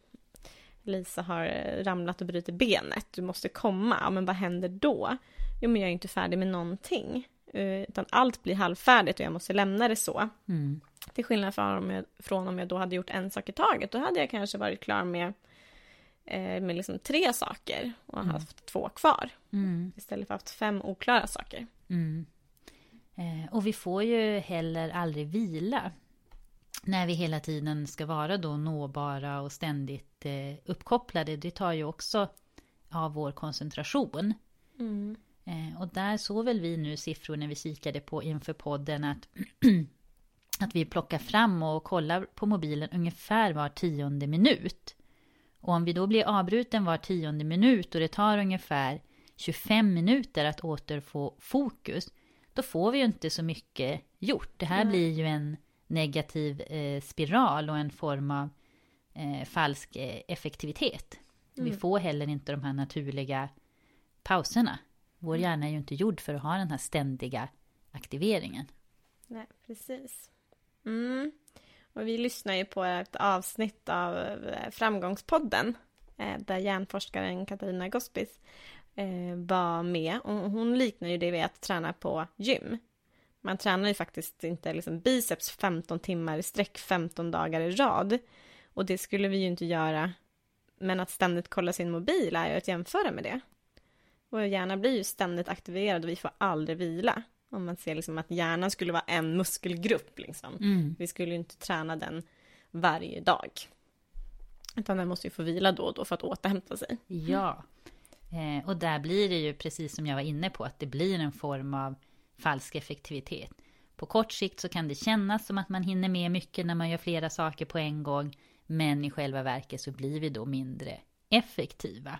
Lisa har ramlat och brutit benet, du måste komma. Men vad händer då? Men jag är inte färdig med någonting. Utan allt blir halvfärdigt och jag måste lämna det så. Till skillnad från om jag då hade gjort en sak i taget. Då hade jag kanske varit klar med liksom 3 saker och haft 2 kvar. Istället för att ha haft 5 oklara saker. Och vi får ju heller aldrig vila när vi hela tiden ska vara då nåbara och ständigt uppkopplade. Det tar ju också av vår koncentration. Och där såg väl vi nu siffror när vi kikade på inför podden att vi plockar fram och kollar på mobilen ungefär var 10:e minut. Och om vi då blir avbruten var 10:e minut och det tar ungefär 25 minuter att återfå fokus, då får vi ju inte så mycket gjort. Det här blir ju en negativ spiral och en form av falsk effektivitet. Vi får heller inte de här naturliga pauserna. Vår hjärna är ju inte gjord för att ha den här ständiga aktiveringen. Nej, precis. Och vi lyssnar ju på ett avsnitt av Framgångspodden där hjärnforskaren Katarina Gospis var med. Och hon liknar ju det vid att träna på gym. Man tränar ju faktiskt inte liksom biceps 15 timmar i sträck 15 dagar i rad. Och det skulle vi ju inte göra. Men att ständigt kolla sin mobil är ju att jämföra med det. Vår hjärna blir ju ständigt aktiverad och vi får aldrig vila. Om man ser liksom att hjärnan skulle vara en muskelgrupp. Liksom. Vi skulle ju inte träna den varje dag. Utan den måste ju få vila då och då för att återhämta sig. Ja, och där blir det ju precis som jag var inne på, att det blir en form av falsk effektivitet. På kort sikt så kan det kännas som att man hinner med mycket när man gör flera saker på en gång. Men i själva verket så blir vi då mindre effektiva.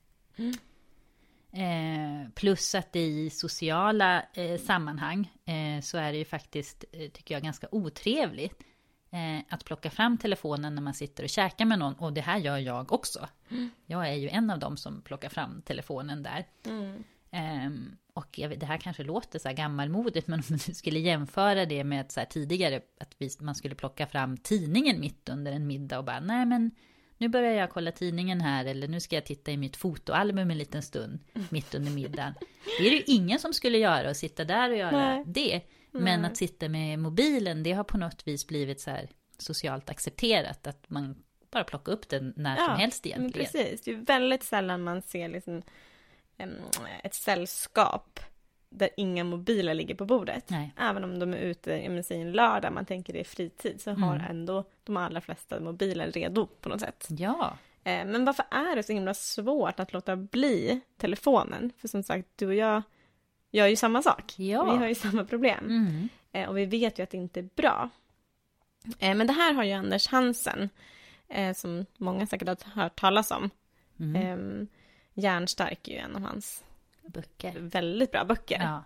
Plus att i sociala sammanhang så är det ju faktiskt, tycker jag, ganska otrevligt att plocka fram telefonen när man sitter och käkar med någon. Och det här gör jag också. Jag är ju en av dem som plockar fram telefonen där. Och det här kanske låter så här gammalmodigt, men om du skulle jämföra det med så här tidigare att man skulle plocka fram tidningen mitt under en middag och bara, nej men nu börjar jag kolla tidningen här, eller nu ska jag titta i mitt fotoalbum en liten stund mitt under middagen. Det är det ju ingen som skulle göra, och sitta där och göra det. Men att sitta med mobilen, det har på något vis blivit så här socialt accepterat, att man bara plockar upp den när som helst egentligen. Precis, det är väldigt sällan man ser liksom ett sällskap där inga mobiler ligger på bordet. Nej. Även om de är ute i en lördag, man tänker det är fritid, så har ändå de allra flesta mobiler redo på något sätt. Ja. Men varför är det så himla svårt att låta bli telefonen? För som sagt, du och jag gör ju samma sak. Ja. Vi har ju samma problem. Och vi vet ju att det inte är bra. Men det här har ju Anders Hansen, som många säkert har hört talas om. Hjärnstark är ju en av hans böcker. Väldigt bra böcker. Ja.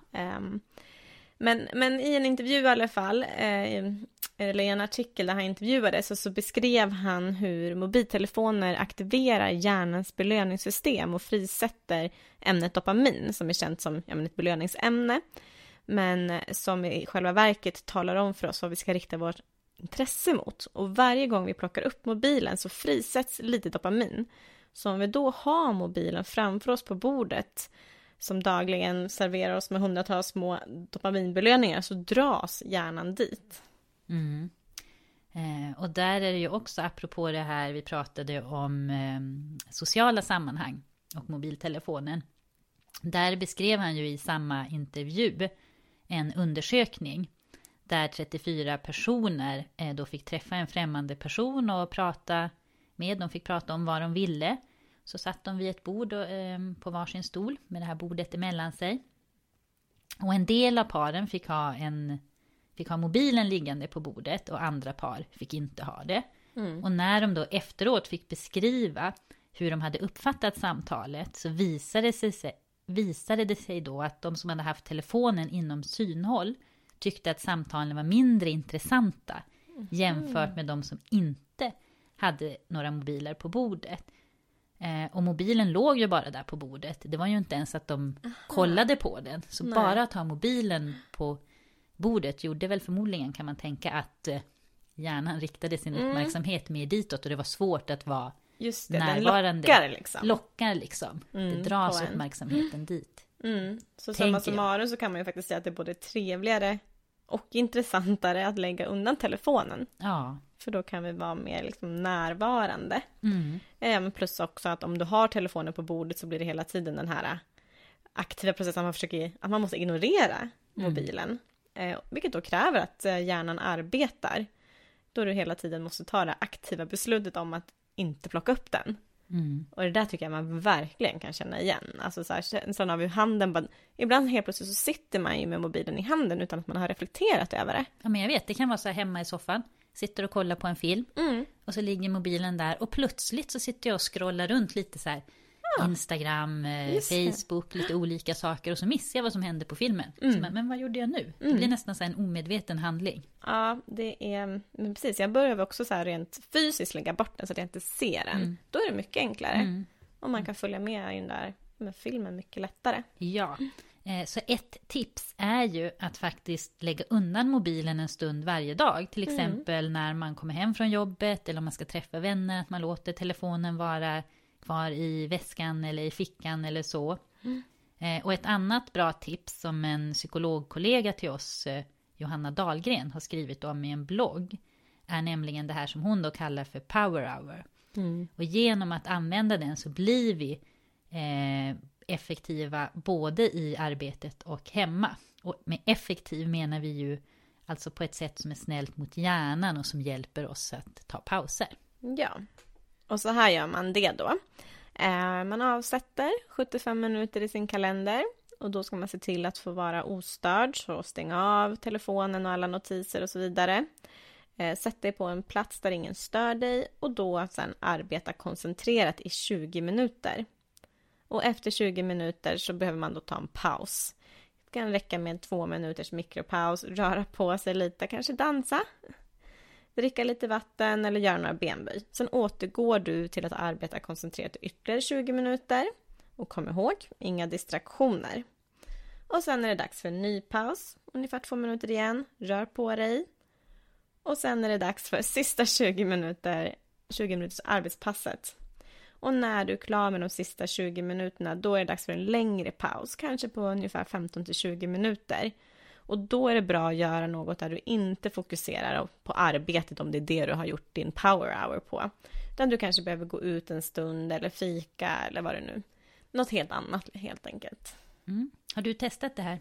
Men i en intervju i alla fall, eller i en artikel där han intervjuades, så beskrev han hur mobiltelefoner aktiverar hjärnans belöningssystem och frisätter ämnet dopamin, som är känt som ett belöningsämne, men som i själva verket talar om för oss vad vi ska rikta vårt intresse mot. Och varje gång vi plockar upp mobilen så frisätts lite dopamin. Så om vi då har mobilen framför oss på bordet, som dagligen serverar oss med hundratals små dopaminbelöningar, så dras hjärnan dit. Mm. Och där är det ju också, apropå det här vi pratade om sociala sammanhang och mobiltelefonen. Där beskrev han ju i samma intervju en undersökning där 34 personer då fick träffa en främmande person och prata med. De fick prata om vad de ville. Så satt de vid ett bord på varsin stol med det här bordet emellan sig. Och en del av paren fick ha mobilen liggande på bordet och andra par fick inte ha det. Mm. Och när de då efteråt fick beskriva hur de hade uppfattat samtalet, så visade det sig då att de som hade haft telefonen inom synhåll tyckte att samtalen var mindre intressanta jämfört med de som inte hade några mobiler på bordet. Och mobilen låg ju bara där på bordet. Det var ju inte ens att de kollade på den. Så bara att ha mobilen på bordet gjorde väl förmodligen, kan man tänka, att hjärnan riktade sin uppmärksamhet mer ditåt. Och det var svårt att vara närvarande. Den lockar liksom. Det dras uppmärksamheten dit. Så samma summarum så kan man ju faktiskt säga att det är både trevligare och intressantare att lägga undan telefonen. Ja. För då kan vi vara mer liksom närvarande. Plus också att om du har telefonen på bordet så blir det hela tiden den här aktiva processen att man måste ignorera mobilen. Vilket då kräver att hjärnan arbetar. Då du hela tiden måste ta det aktiva beslutet om att inte plocka upp den. Och det där tycker jag man verkligen kan känna igen. Alltså så här, känslan av hur handen ibland helt plötsligt så sitter man ju med mobilen i handen utan att man har reflekterat över det. Ja, men jag vet, det kan vara så här hemma i soffan. Sitter och kollar på en film. Och så ligger mobilen där. Och plötsligt så sitter jag och scrollar runt lite så här. Instagram, Facebook, lite olika saker. Och så missar jag vad som händer på filmen. Men vad gjorde jag nu? Det blir nästan så här en omedveten handling. Ja, det är... Men precis, jag börjar också så här rent fysiskt lägga bort den så att jag inte ser den. Då är det mycket enklare. Och man kan följa med i den där med filmen mycket lättare. Ja, så ett tips är ju att faktiskt lägga undan mobilen en stund varje dag. Till exempel när man kommer hem från jobbet eller om man ska träffa vänner. Att man låter telefonen vara kvar i väskan eller i fickan eller så. Och ett annat bra tips som en psykologkollega till oss, Johanna Dahlgren, har skrivit om i en blogg är nämligen det här som hon då kallar för power hour. Och genom att använda den så blir vi effektiva både i arbetet och hemma. Och med effektiv menar vi ju alltså på ett sätt som är snällt mot hjärnan och som hjälper oss att ta pauser. Ja, och så här gör man det då. Man avsätter 75 minuter i sin kalender och då ska man se till att få vara ostörd, så stänga av telefonen och alla notiser och så vidare. Sätt dig på en plats där ingen stör dig och då sen arbeta koncentrerat i 20 minuter. Och efter 20 minuter så behöver man då ta en paus. Det kan räcka med 2 minuters mikropaus, röra på sig lite, kanske dansa, dricka lite vatten eller göra några benböj. Sen återgår du till att arbeta koncentrerat i ytterligare 20 minuter. Och kom ihåg, inga distraktioner. Och sen är det dags för en ny paus, ungefär 2 minuter igen, rör på dig. Och sen är det dags för sista 20 minuters arbetspasset. Och när du är klar med de sista 20 minuterna, då är det dags för en längre paus. Kanske på ungefär 15-20 minuter. Och då är det bra att göra något där du inte fokuserar på arbetet om det är det du har gjort din power hour på. Utan du kanske behöver gå ut en stund eller fika eller vad det nu. Något helt annat helt enkelt. Har du testat det här?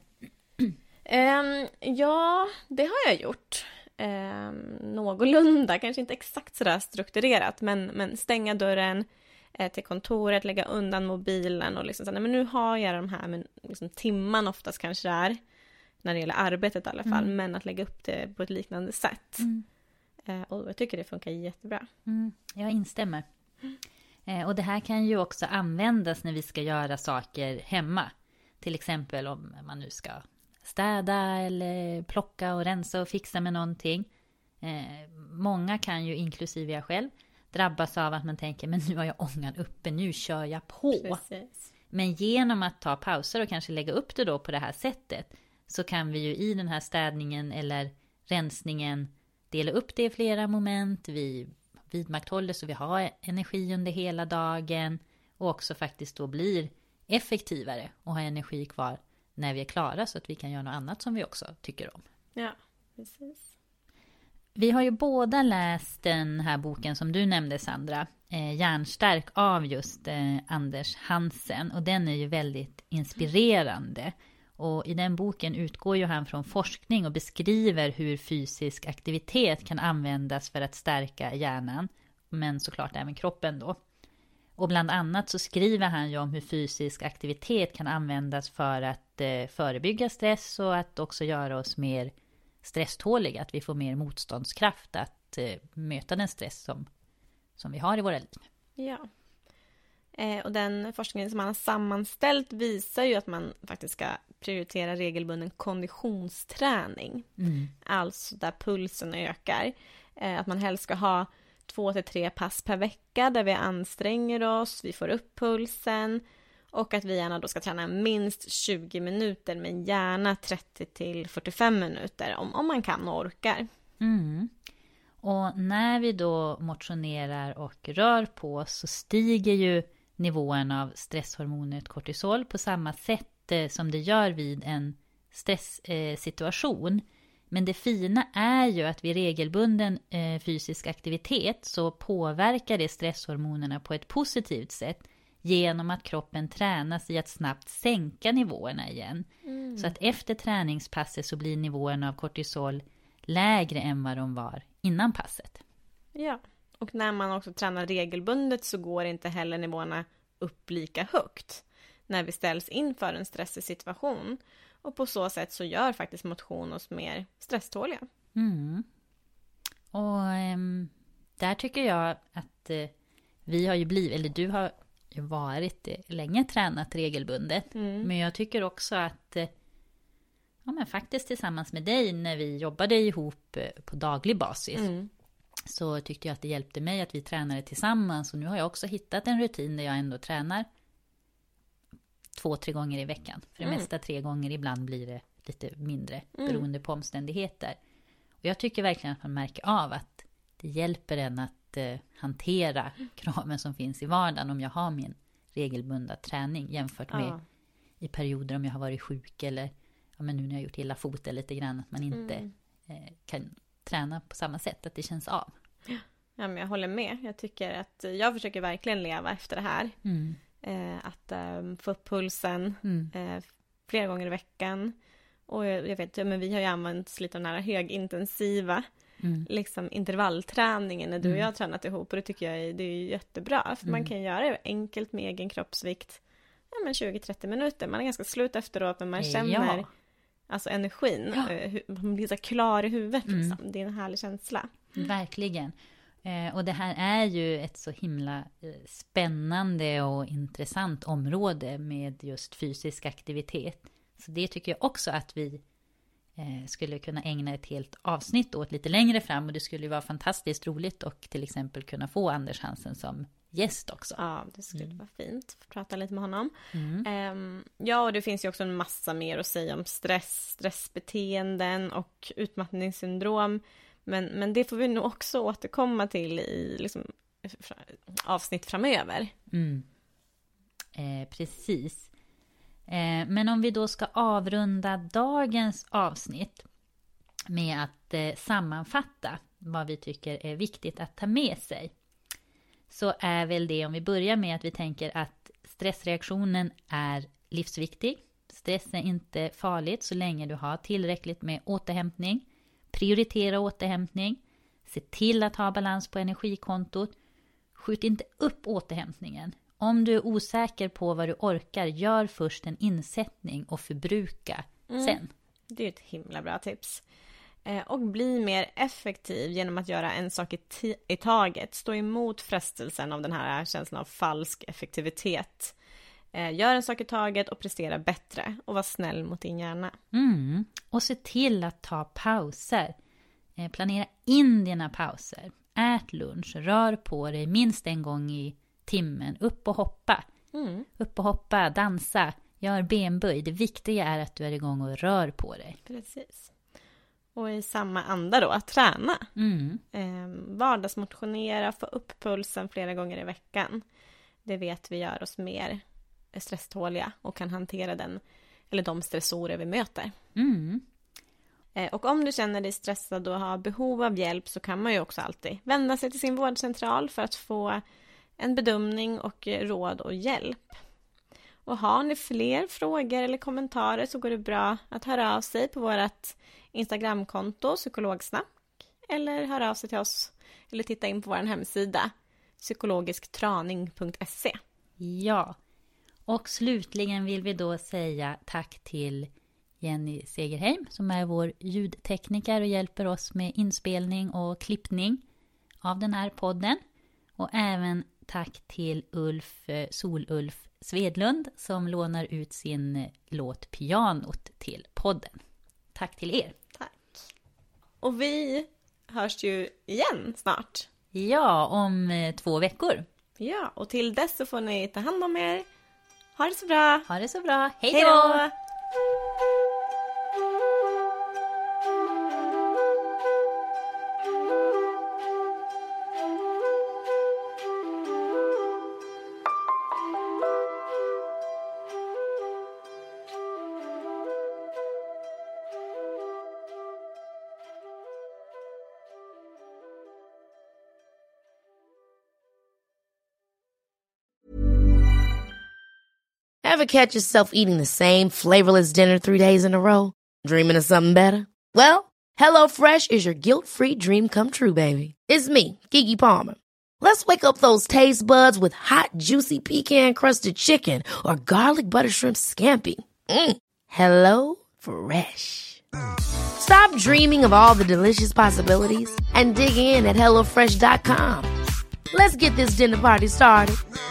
Ja, det har jag gjort. Någorlunda, kanske inte exakt sådär strukturerat. Men stänga dörren till kontoret, lägga undan mobilen och liksom så, nej, men nu har jag de här liksom, timman oftast kanske där. När det gäller arbetet i alla fall. Men att lägga upp det på ett liknande sätt. Och jag tycker det funkar jättebra. Jag instämmer. Och det här kan ju också användas när vi ska göra saker hemma. Till exempel om man nu ska städa eller plocka och rensa och fixa med någonting. Många kan ju, inklusive jag själv, drabbas av att man tänker, men nu har jag ångan uppe, nu kör jag på. Precis. Men genom att ta pauser och kanske lägga upp det då på det här sättet, så kan vi ju i den här städningen eller rensningen dela upp det i flera moment. Vi vidmakthåller så vi har energi under hela dagen och också faktiskt då blir effektivare och har energi kvar när vi är klara, så att vi kan göra något annat som vi också tycker om. Ja, precis. Vi har ju båda läst den här boken som du nämnde, Sandra, Hjärnstark, av just Anders Hansen, och den är ju väldigt inspirerande. Och i den boken utgår ju han från forskning och beskriver hur fysisk aktivitet kan användas för att stärka hjärnan, men såklart även kroppen då. Och bland annat så skriver han ju om hur fysisk aktivitet kan användas för att förebygga stress och att också göra oss mer stresståliga, att vi får mer motståndskraft att möta den stress som vi har i våra liv. Ja. Och den forskningen som man har sammanställt visar ju att man faktiskt ska prioritera regelbunden konditionsträning. Alltså där pulsen ökar. Att man helst ska ha 2-3 pass per vecka där vi anstränger oss, vi får upp pulsen, och att vi gärna då ska träna minst 20 minuter men gärna 30-45 minuter om man kan och orkar. Och när vi då motionerar och rör på oss så stiger ju nivån av stresshormonet kortisol på samma sätt som det gör vid en stresssituation. Men det fina är ju att vid regelbunden fysisk aktivitet så påverkar det stresshormonerna på ett positivt sätt genom att kroppen tränas i att snabbt sänka nivåerna igen. Så att efter träningspasset så blir nivåerna av kortisol lägre än vad de var innan passet. Ja, och när man också tränar regelbundet så går inte heller nivåerna upp lika högt när vi ställs inför en stressig situation. Och på så sätt så gör faktiskt motion oss mer stresståliga. Och där tycker jag att vi har ju blivit, eller du har ju varit länge tränat regelbundet. Men jag tycker också att men faktiskt tillsammans med dig när vi jobbade ihop på daglig basis så tyckte jag att det hjälpte mig att vi tränade tillsammans. Och nu har jag också hittat en rutin där jag ändå tränar 2-3 gånger i veckan. För det mesta 3 gånger, ibland blir det lite mindre beroende på omständigheter. Och jag tycker verkligen att man märker av att det hjälper en att hantera kraven som finns i vardagen om jag har min regelbundna träning jämfört med i perioder om jag har varit sjuk eller men nu när jag har gjort illa foten lite grann, att man inte kan träna på samma sätt, att det känns av. Ja, men jag håller med. Jag tycker att jag försöker verkligen leva efter det här. Att få upp pulsen flera gånger i veckan. Och jag vet, men vi har ju använt lite av den här högintensiva liksom intervallträningen när du och jag har tränat ihop, och det tycker jag det är jättebra. För man kan göra det enkelt med egen kroppsvikt 20-30 minuter. Man är ganska slut efteråt, men man känner alltså energin. Man blir så klar i huvudet. Liksom. Det är en härlig känsla. Verkligen. Och det här är ju ett så himla spännande och intressant område med just fysisk aktivitet. Så det tycker jag också att vi skulle kunna ägna ett helt avsnitt åt lite längre fram. Och det skulle ju vara fantastiskt roligt och till exempel kunna få Anders Hansen som gäst också. Ja, det skulle vara fint att prata lite med honom. Ja, och det finns ju också en massa mer att säga om stressbeteenden och utmattningssyndrom. Men det får vi nog också återkomma till i liksom, avsnitt framöver. Precis. Men om vi då ska avrunda dagens avsnitt med att sammanfatta vad vi tycker är viktigt att ta med sig, så är väl det, om vi börjar med att vi tänker att stressreaktionen är livsviktig. Stress är inte farligt så länge du har tillräckligt med återhämtning. Prioritera återhämtning. Se till att ha balans på energikontot. Skjut inte upp återhämtningen. Om du är osäker på vad du orkar, gör först en insättning och förbruka sen. Det är ett himla bra tips. Och bli mer effektiv genom att göra en sak i taget. Stå emot frestelsen av den här känslan av falsk effektivitet. Gör en sak i taget och prestera bättre. Och var snäll mot din hjärna. Och se till att ta pauser. Planera in dina pauser. Ät lunch, rör på dig minst en gång i timmen. Upp och hoppa. Upp och hoppa, dansa, gör benböj. Det viktiga är att du är igång och rör på dig. Precis. Och i samma anda då, att träna. Vardagsmotionera, få upp pulsen flera gånger i veckan. Det vet vi gör oss mer stresståliga och kan hantera de stressorer vi möter. Och om du känner dig stressad och har behov av hjälp så kan man ju också alltid vända sig till sin vårdcentral för att få en bedömning och råd och hjälp. Och har ni fler frågor eller kommentarer så går det bra att höra av sig på vårt Instagramkonto psykologsnack eller höra av sig till oss eller titta in på vår hemsida psykologisktraning.se. Ja, och slutligen vill vi då säga tack till Jenny Segerheim som är vår ljudtekniker och hjälper oss med inspelning och klippning av den här podden. Och även tack till Sol-Ulf Svedlund som lånar ut sin låt Pianot till podden. Tack till er. Tack. Och vi hörs ju igen snart. Ja, om 2 veckor. Ja, och till dess så får ni ta hand om er. Ha det så bra. Ha det så bra. Hej då! Hej då! Ever catch yourself eating the same flavorless dinner 3 days in a row? Dreaming of something better? Well, HelloFresh is your guilt-free dream come true, baby. It's me, Keke Palmer. Let's wake up those taste buds with hot, juicy pecan-crusted chicken or garlic butter shrimp scampi. Hello Fresh. Stop dreaming of all the delicious possibilities and dig in at HelloFresh.com. Let's get this dinner party started.